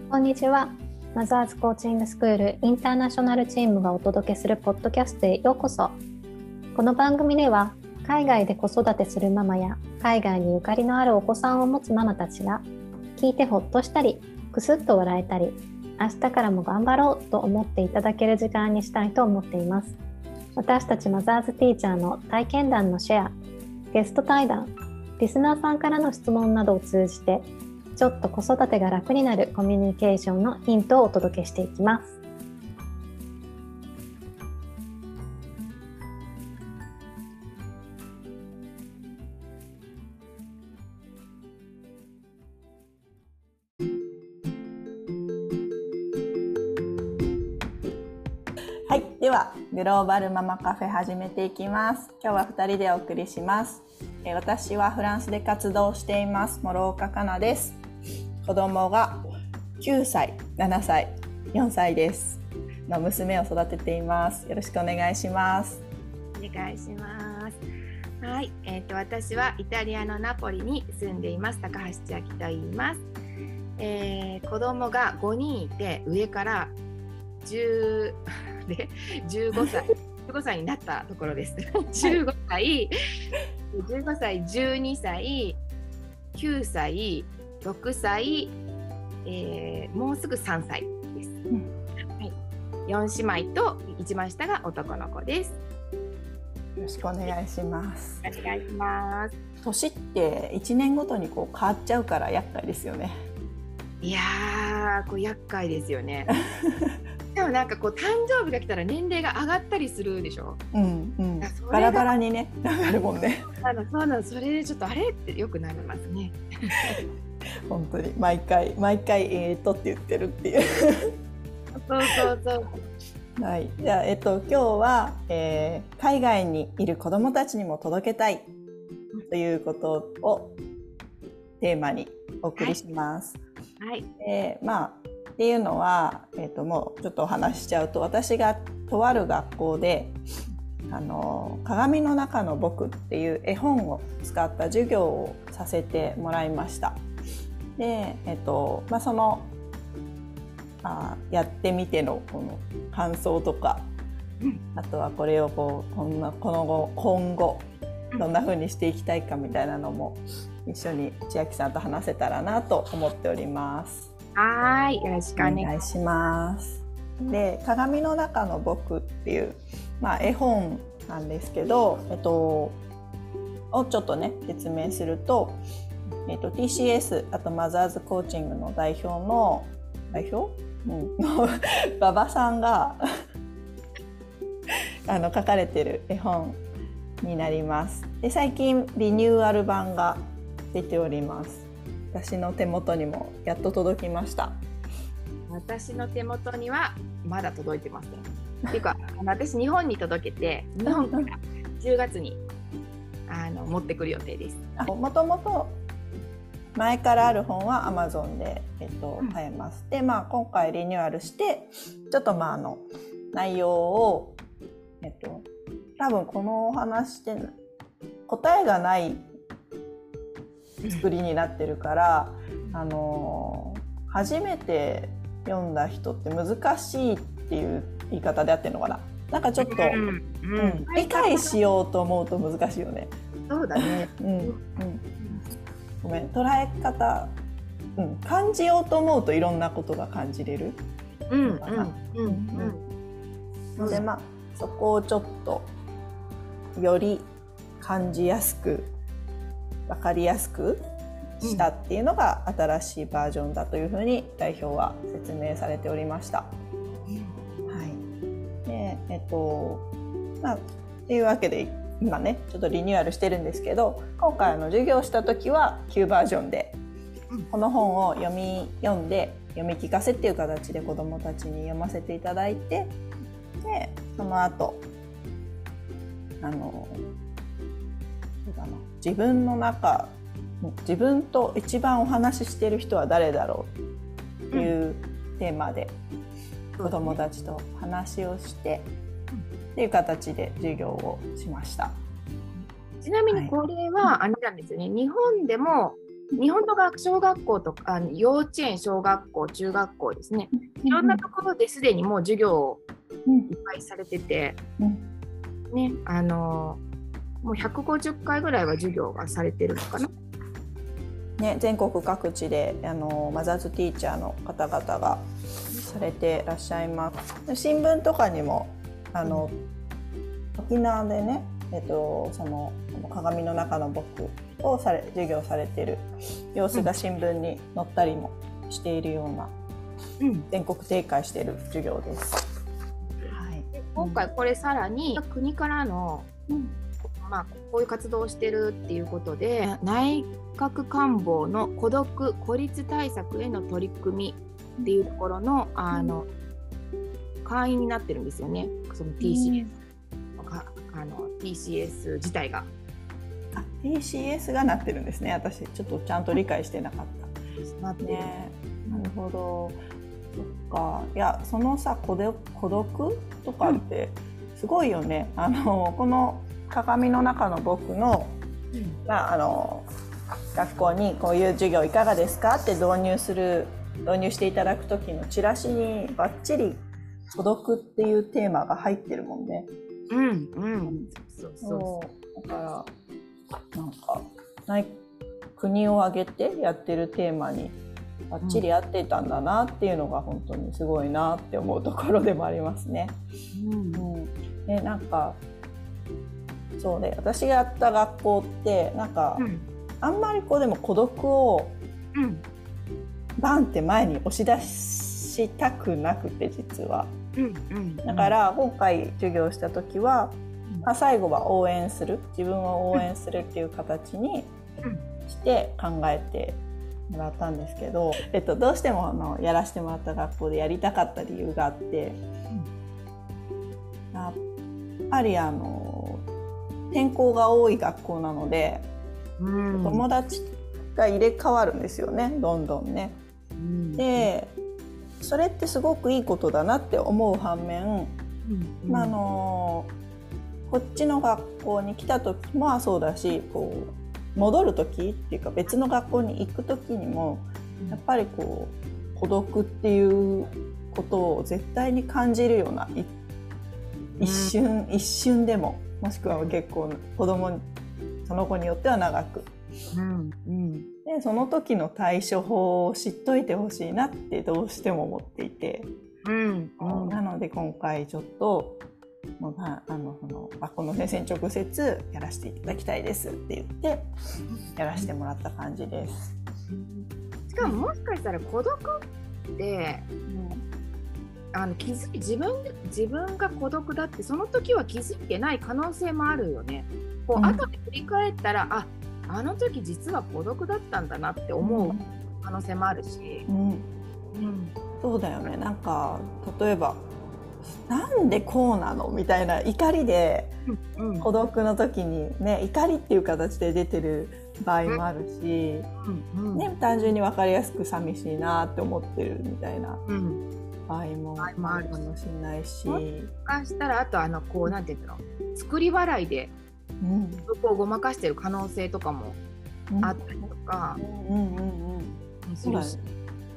こんにちは。マザーズコーチングスクールインターナショナルチームがお届けするポッドキャストへようこそ。この番組では海外で子育てするママや海外にゆかりのあるお子さんを持つママたちが聞いてほっとしたりくすっと笑えたり明日からも頑張ろうと思っていただける時間にしたいと思っています。私たちマザーズティーチャーの体験談のシェア、ゲスト対談、リスナーさんからの質問などを通じてちょっと子育てが楽になるコミュニケーションのヒントをお届けしていきます。 はい、ではグローバルママカフェ始めていきます。今日は2人でお送りします。私はフランスで活動しています諸岡かなです。子供が9歳、7歳、4歳ですの娘を育てています。よろしくお願いします。 お願いします。はい、私はイタリアのナポリに住んでいます高橋千秋と言います。子供が5人いて上から15歳になったところです。15歳、12歳、9歳、6歳、もうすぐ3歳です。はい、4姉妹と一番下が男の子です。 よろしくお願いします。 お願いします。 年って1年ごとにこう変わっちゃうから厄介ですよね。 いやー、こう厄介ですよね。でもなんかこう誕生日が来たら年齢が上がったりするでしょ。 バラバラにね上がるもんね。 そうなの、それでちょっとあれってよくなりますね。 本当に毎回って言ってるっていう。 そう。 はい、じゃあ今日は、海外にいる子どもたちにも届けたいということをテーマにお送りします。 はい。 っていうのは、もうちょっとお話ししちゃうと、私がとある学校で鏡の中の僕っていう絵本を使った授業をさせてもらいました。で、そのやってみてのこの感想とか、あとはこれを今後どんな風にしていきたいかみたいなのも一緒に千秋さんと話せたらなと思っております。 はい、よろしくお願いします。で、鏡の中の僕っていう、絵本なんですけど、をちょっとね説明すると、TCS あとマザーズコーチングの代表の馬場さんが書かれてる絵本になります。で、最近リニューアル版が出ております。私の手元にもやっと届きました。 私の手元にはまだ届いてません。っていうか私日本に届けて日本から10月に持ってくる予定です。 もともと前からある本は Amazon で、買えます。で、今回リニューアルしてちょっと内容を、多分このお話で答えがない作りになってるから、初めて読んだ人って難しいっていう言い方であってるのかな。なんかちょっと、理解しようと思うと難しいよね。 そうだね。 ごめん、捉え方、感じようと思うといろんなことが感じれる。のでそこをちょっとより感じやすく分かりやすくしたっていうのが新しいバージョンだというふうに代表は説明されておりました。はい。で、っていうわけで今ねちょっとリニューアルしてるんですけど、今回授業した時は旧バージョンでこの本を読み聞かせっていう形で子どもたちに読ませていただいて、でその後自分と一番お話ししている人は誰だろうっていうテーマで子どもたちと話をしてっていう形で授業をしました。 ちなみにこれはあれなんですよね、日本でも日本の小学校とか幼稚園、小学校、中学校ですね、いろんなところですでにもう授業をいっぱいされてて、ね、もう150回ぐらいは授業がされてるのかな。 ね、全国各地でマザーズティーチャーの方々がされてらっしゃいます。新聞とかにも沖縄でね、その鏡の中の僕を授業されてる様子が新聞に載ったりもしているような、全国展開している授業です。はい、 今回これさらに国からの、こういう活動をしてるっていうことで、内閣官房の孤独・孤立対策への取り組みっていうところの、会員になってるんですよね、その TCS 自体が。 TCS がなってるんですね。私ちょっとちゃんと理解してなかった。ね、なるほど。そっか。いや、そのさ、孤独とかってすごいよね。この鏡の中の僕の、学校にこういう授業いかがですかって導入していただく時のチラシにバッチリ孤独っていうテーマが入ってるもんね。そうだからなんか国を挙げてやってるテーマにバッチリ合っていたんだなっていうのが本当にすごいなって思うところでもありますね。でなんかそうで、私がやった学校ってなんか、あんまりこうでも孤独をバンって前に押し出したくなくて、実は。だから今回授業した時は、最後は応援する、自分を応援するっていう形にして考えてもらったんですけど、どうしてもやらせてもらった学校でやりたかった理由があって、やっぱり転校が多い学校なので、友達が入れ替わるんですよね、どんどんね。でそれってすごくいいことだなって思う反面、こっちの学校に来た時もそうだし、こう戻る時っていうか別の学校に行く時にもやっぱりこう孤独っていうことを絶対に感じるような、一瞬でも、もしくは結構その子によっては長く、でその時の対処法を知っといてほしいなってどうしても思っていて、なので今回ちょっとその学校の先生に直接やらせていただきたいですって言ってやらせてもらった感じです。 しかももしかしたら孤独って、自分が孤独だってその時は気づいてない可能性もあるよね。こう後で振り返ったら、あの時実は孤独だったんだなって思う可能性もあるし、 そうだよね。なんか例えばなんでこうなのみたいな怒りで、孤独の時にね、怒りっていう形で出てる場合もあるし、単純に分かりやすく寂しいなって思ってるみたいな場合もあるかもしれないし、もしかしたらあとこうなんていうの、作り笑いでそこをごまかしてる可能性とかもあったりとかするし、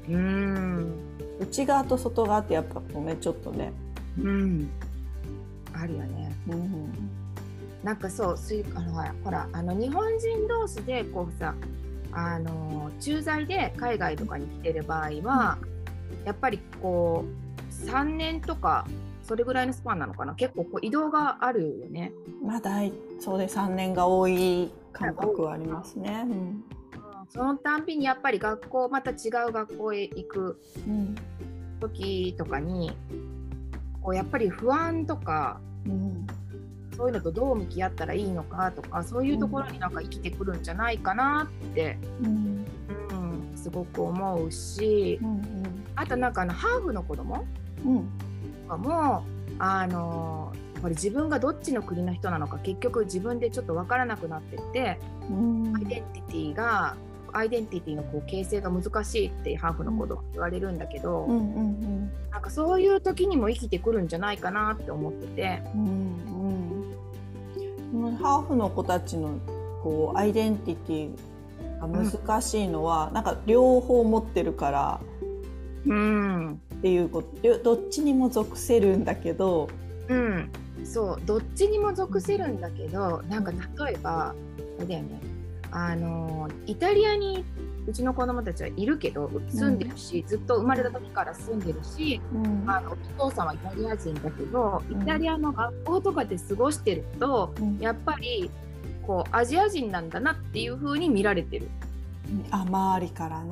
内側と外側ってやっぱこうね、ちょっとね、 あるよね。なんかそういうほら日本人同士でこうさ、駐在で海外とかに来てる場合は、やっぱりこう3年とかそれぐらいのスパンなのかな、結構こう移動があるよね。 そうで3年が多い感覚はありますね。 そのたんびにやっぱりまた違う学校へ行く時とかに、こうやっぱり不安とか、そういうのとどう向き合ったらいいのかとか、そういうところになんか生きてくるんじゃないかなって、すごく思うし、あとなんかハーフの子供とかもこれ自分がどっちの国の人なのか結局自分でちょっと分からなくなってって、アイデンティティのこう形成が難しいってハーフの子供言われるんだけど、なんかそういう時にも生きてくるんじゃないかなって思ってて、 ハーフの子たちのこうアイデンティティ難しいのは、なんか両方持ってるからっていうこと、どっちにも属せるんだけど、 そう、どっちにも属せるんだけど、なんか例えばあれだよね、イタリアにうちの子供たちはいるけど住んでるし、ずっと生まれた時から住んでるし、お父さんはイタリア人だけど、イタリアの学校とかで過ごしてると、やっぱりこうアジア人なんだなっていう風に見られてる。 周りからね。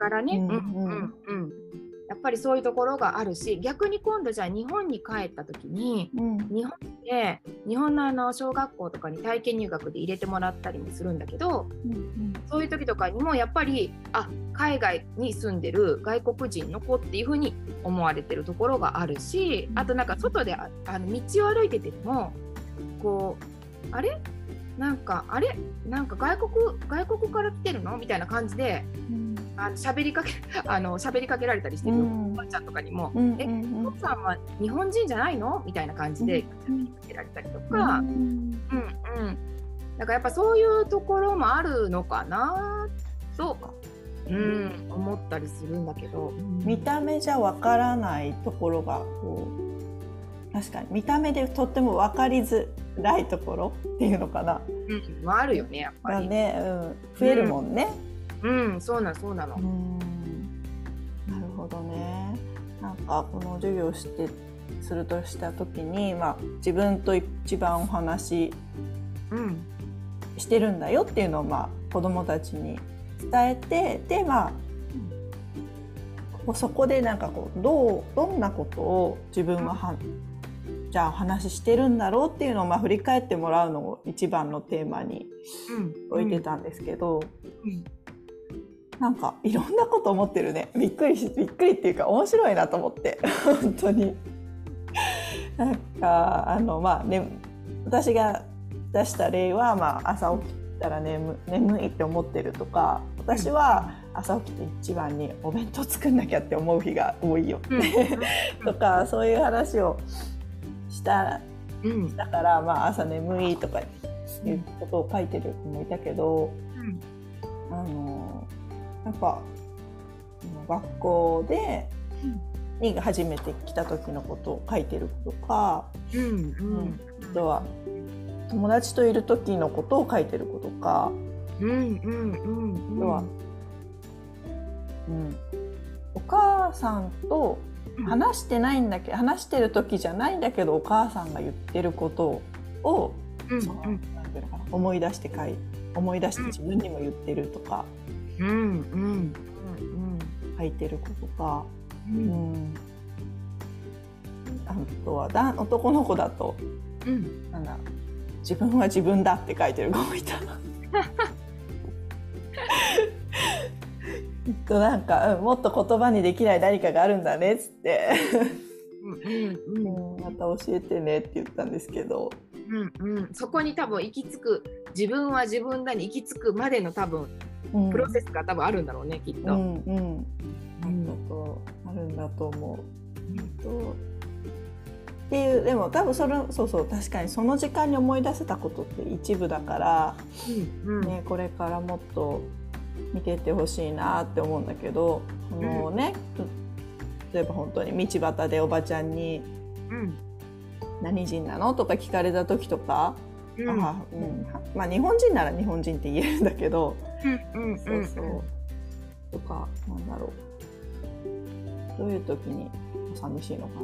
やっぱりそういうところがあるし、逆に今度じゃあ日本に帰った時に、日本の小学校とかに体験入学で入れてもらったりもするんだけど、そういう時とかにもやっぱり海外に住んでる外国人の子っていう風に思われてるところがあるし、あとなんか外で道を歩いててもこうなんか外国から来てるのみたいな感じで、喋りかけられたりしてるおばあちゃんとかにも、お父さんは日本人じゃないのみたいな感じで喋りかけられたりとか、だからやっぱそういうところもあるのかなと、思ったりするんだけど、 見た目じゃわからないところが確かに見た目でとっても分かりづらいところっていうのかな、 あるよね、やっぱりね、増えるもんね。 そうなの。 なるほどね。なんかこの授業をするとした時に、自分と一番お話ししてるんだよっていうのを子どもたちに伝えて、でそこでなんかどんなことを自分はじゃあお話ししてるんだろうっていうのを振り返ってもらうのを一番のテーマに置いてたんですけど、なんかいろんなこと思ってるね。びっくりっていうか面白いなと思って本当になんか私が出した例は、朝起きたら眠いって思ってるとか、私は朝起きて一番にお弁当作んなきゃって思う日が多いよとか、そういう話をしたから、朝眠いとかいうことを書いてる子もいたけど、やっぱ学校に初めて来た時のことを書いてるとか、あとは友達といる時のことを書いてる子とか、あとは、お母さんと話してないんだけど、話してる時じゃないんだけどお母さんが言ってることをなんていうのかな、思い出して自分にも言ってるとか、書いてる子とか、あとは男の子だと、自分は自分だって書いてる子もいたなんか、もっと言葉にできない何かがあるんだねっつってまた教えてねって言ったんですけど、 そこに多分行き着く、自分は自分だに行き着くまでの多分プロセスが多分あるんだろうね、きっと。あるんだと思う。っていう、でも多分そう確かにその時間に思い出せたことって一部だから、これからもっと見てってほしいなって思うんだけど、例えば本当に道端でおばちゃんに「何人なの?」とか聞かれた時とか、日本人なら日本人って言えるんだけど、とか、なんだろう、どういう時に寂しいのかな。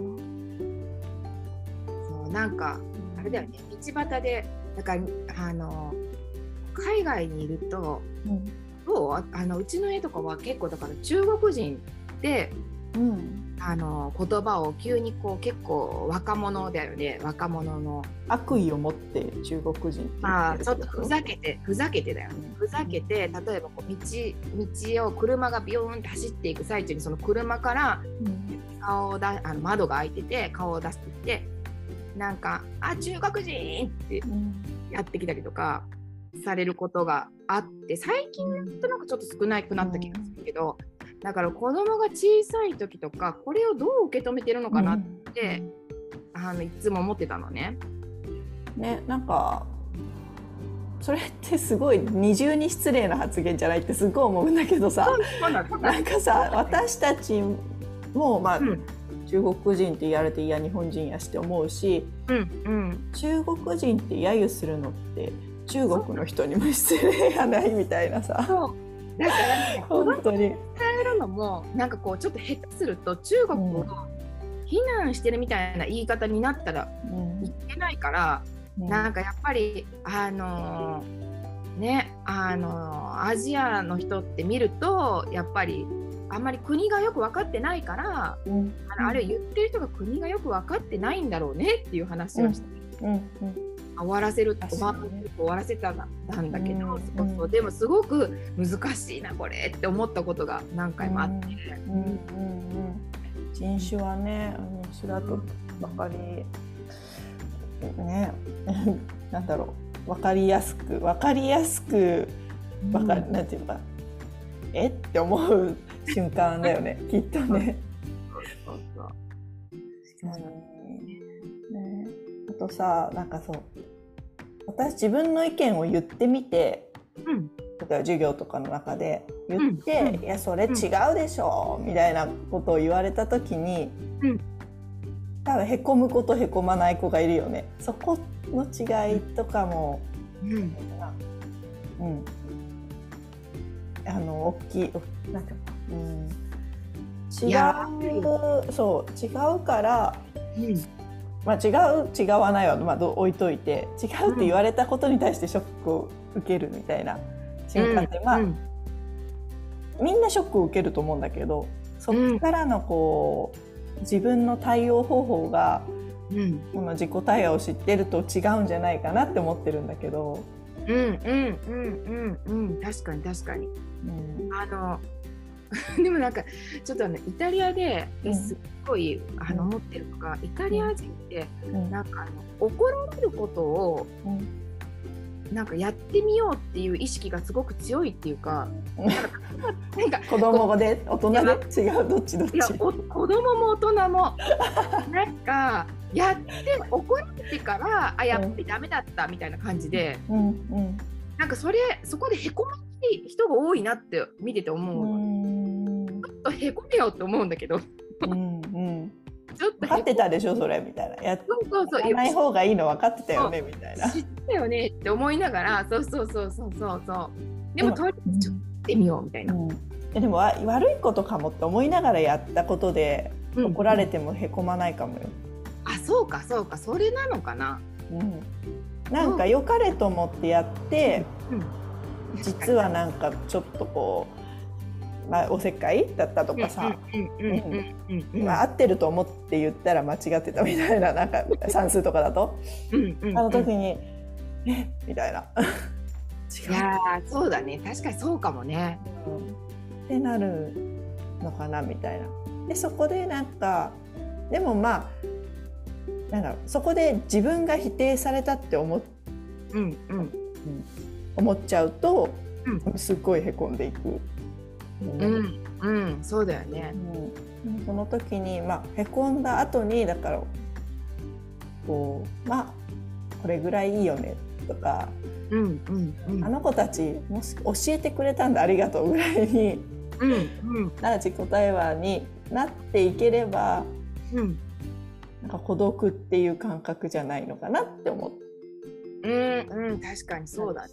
そう、なんかあれだよね、道端でだから海外にいると、うちの家とかは結構だから中国人で、言葉を急に結構若者だよね、若者の悪意を持って中国人って言ってる、 ちょっとふざけてだよね。ふざけて、例えば道を車がビヨーンって走っていく最中にその車から窓が開いてて顔を出してきて、なんか中国人ってやってきたりとかされることがあって、最近となんかちょっと少なくなった気がするけど、だから子供が小さい時とかこれをどう受け止めてるのかなって、いつも思ってたのね。 なんかそれってすごい二重に失礼な発言じゃないってすごい思うんだけどさ、なんかさ、私たちもまあ、中国人って言われていや日本人やして思うし、中国人って揶揄するのって中国の人にも失礼やないみたいなさ。 だからね、 本当に伝えるのもなんかこうちょっと下手すると中国を非難してるみたいな言い方になったらいけないから、なんかやっぱりね、アジアの人って見るとやっぱりあんまり国がよく分かってないから、あれ言ってる人が国がよく分かってないんだろうねっていう話をして、終わらせる終わらせたんだけど、そうでもすごく難しいなこれって思ったことが何回もあって、 人種はね、人種だとばかりねなんだろう、分かりやすくなんていうのかな、って思う瞬間だよねきっとね。あとさ、なんかそう私自分の意見を言ってみて、例えば授業とかの中で言って、いやそれ違うでしょ、みたいなことを言われた時に、多分へこむ子とへこまない子がいるよね。そこの違いとかも、大きいなんていうの、違うから、まあ、違わないは、まあ、置いといて、違うって言われたことに対してショックを受けるみたいな瞬間って、まあみんなショックを受けると思うんだけど、そこからのこう自分の対応方法が、この自己対応を知ってると違うんじゃないかなって思ってるんだけど。 確かに確かに。でもなんかちょっとイタリアですっごい思ってるのが、イタリア人ってなんか怒られることをなんかやってみようっていう意識がすごく強いっていうか、 なんか子供で大人で違う、どっち。いや子供も大人もなんかやって怒られてからやっぱりダメだったみたいな感じで、なんかそこでへこまない人が多いなって見てて思う。ちょっとへこめようって思うんだけど、ちょっと分かってたでしょそれみたいな、やらない方がいいの分かってたよねみたいな、 知ってたよねって思いながら、そうでもとりあえずちょっとやってみようみたいな、 でも悪いことかもって思いながらやったことで、怒られてもへこまないかもよ。 そうかそれなのかな。 なんか良かれと思ってやって、実はなんかちょっとこう、まあ、おせっかいだったとかさ、合ってると思って言ったら間違ってたみたいな、なんか算数とかだとあの時にみたいな違う。いやそうだね、確かにそうかもね、 ってなるのかなみたいな。でそこでなんかでもまあなんかそこで自分が否定されたって思っちゃうと、すっごいへこんでいく。 そうだよね。 その時に、まあ、へこんだ後にだからこう、まあこれぐらいいいよねとか、あの子たちもし教えてくれたんだありがとうぐらいに、自己対話になっていければ、なんか孤独っていう感覚じゃないのかなって思って。 確かにそうだね。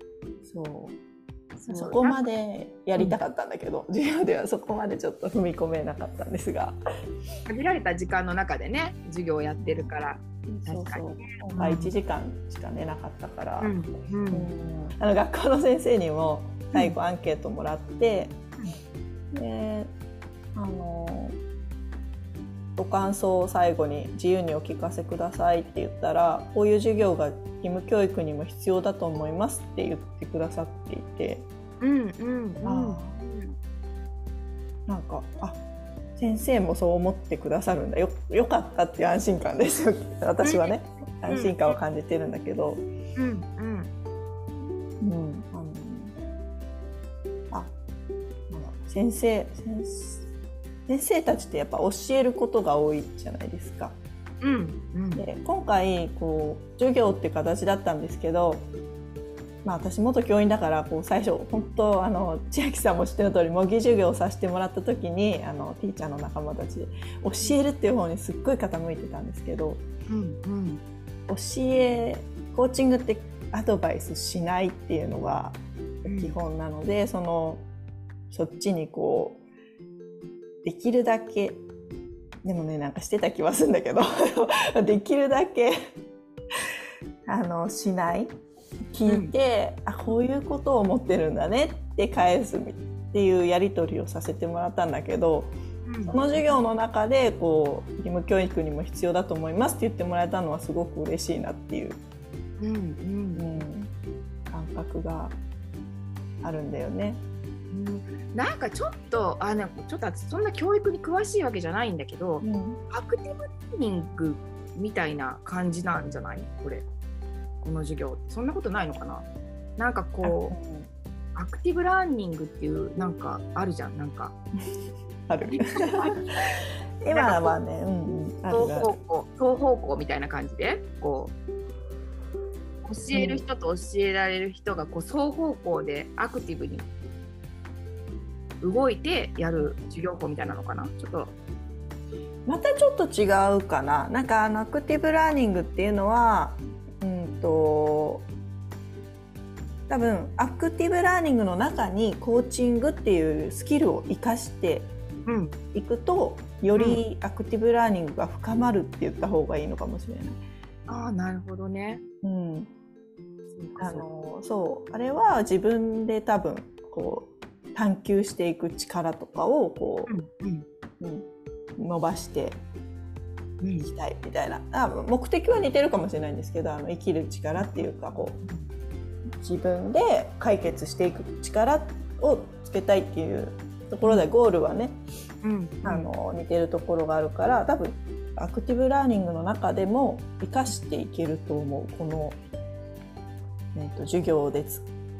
そこまでやりたかったんだけど、授業ではそこまでちょっと踏み込めなかったんですが、 限られた時間の中でね授業をやってるから、 1時間しかねなかったから、学校の先生にも最後アンケートもらって、でご感想を最後に自由にお聞かせくださいって言ったら、こういう授業が義務教育にも必要だと思いますって言ってくださっていて、なんか先生もそう思ってくださるんだよかったっていう安心感ですよ。私はね、安心感を感じてるんだけど、先生たちってやっぱ教えることが多いじゃないですか。で今回こう授業って形だったんですけど、 私元教員だから最初本当千秋さんも知ってる通り模擬授業をさせてもらった時にティーチャーの仲間たちで教えるっていう方にすっごい傾いてたんですけど、コーチングってアドバイスしないっていうのが基本なので、そっちにできるだけでもねなんかしてた気はするんだけどできるだけしない聞いて、こういうことを思ってるんだねって返すっていうやり取りをさせてもらったんだけど、その授業の中で義務教育にも必要だと思いますって言ってもらえたのはすごく嬉しいなっていう、感覚があるんだよね。 なんかちょっとそんな教育に詳しいわけじゃないんだけど、アクティブラーニングみたいな感じなんじゃない？この授業そんなことないのかな。なんかアクティブラーニングっていうなんかあるじゃん、なんかある今はね、 双方向みたいな感じで教える人と教えられる人が双方向でアクティブに動いてやる授業法みたいなのかな。ちょっとまたちょっと違うかな。なんかアクティブラーニングっていうのは多分アクティブラーニングの中にコーチングっていうスキルを生かしていくと、よりアクティブラーニングが深まるって言った方がいいのかもしれない。 なるほどね。 あれは自分で多分探求していく力とかを伸ばしていきたいみたいな、目的は似てるかもしれないんですけど、生きる力っていうか自分で解決していく力をつけたいっていうところでゴールはね、似てるところがあるから、多分アクティブラーニングの中でも生かしていけると思う。この、授業で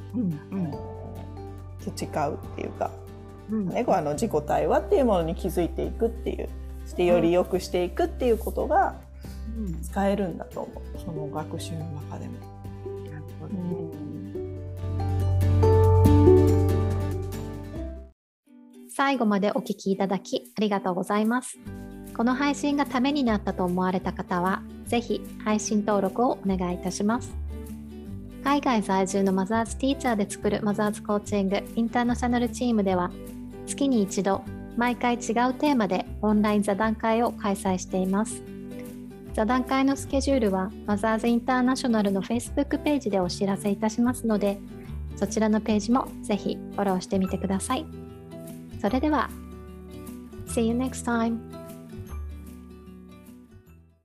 培うっていうか、自己対話っていうものに気づいていくっていう、してより良くしていくっていうことが使えるんだと思う、その学習の中でも。 なるほどね。 最後までお聞きいただきありがとうございます。この配信がためになったと思われた方は、ぜひ配信登録をお願いいたします。海外在住のマザーズティーチャーで作るマザーズコーチングインターナショナルチームでは、月に一度毎回違うテーマでオンライン座談会を開催しています。座談会のスケジュールはマザーズインターナショナルの Facebook ページでお知らせいたしますので、そちらのページもぜひフォローしてみてください。それでは See you next time!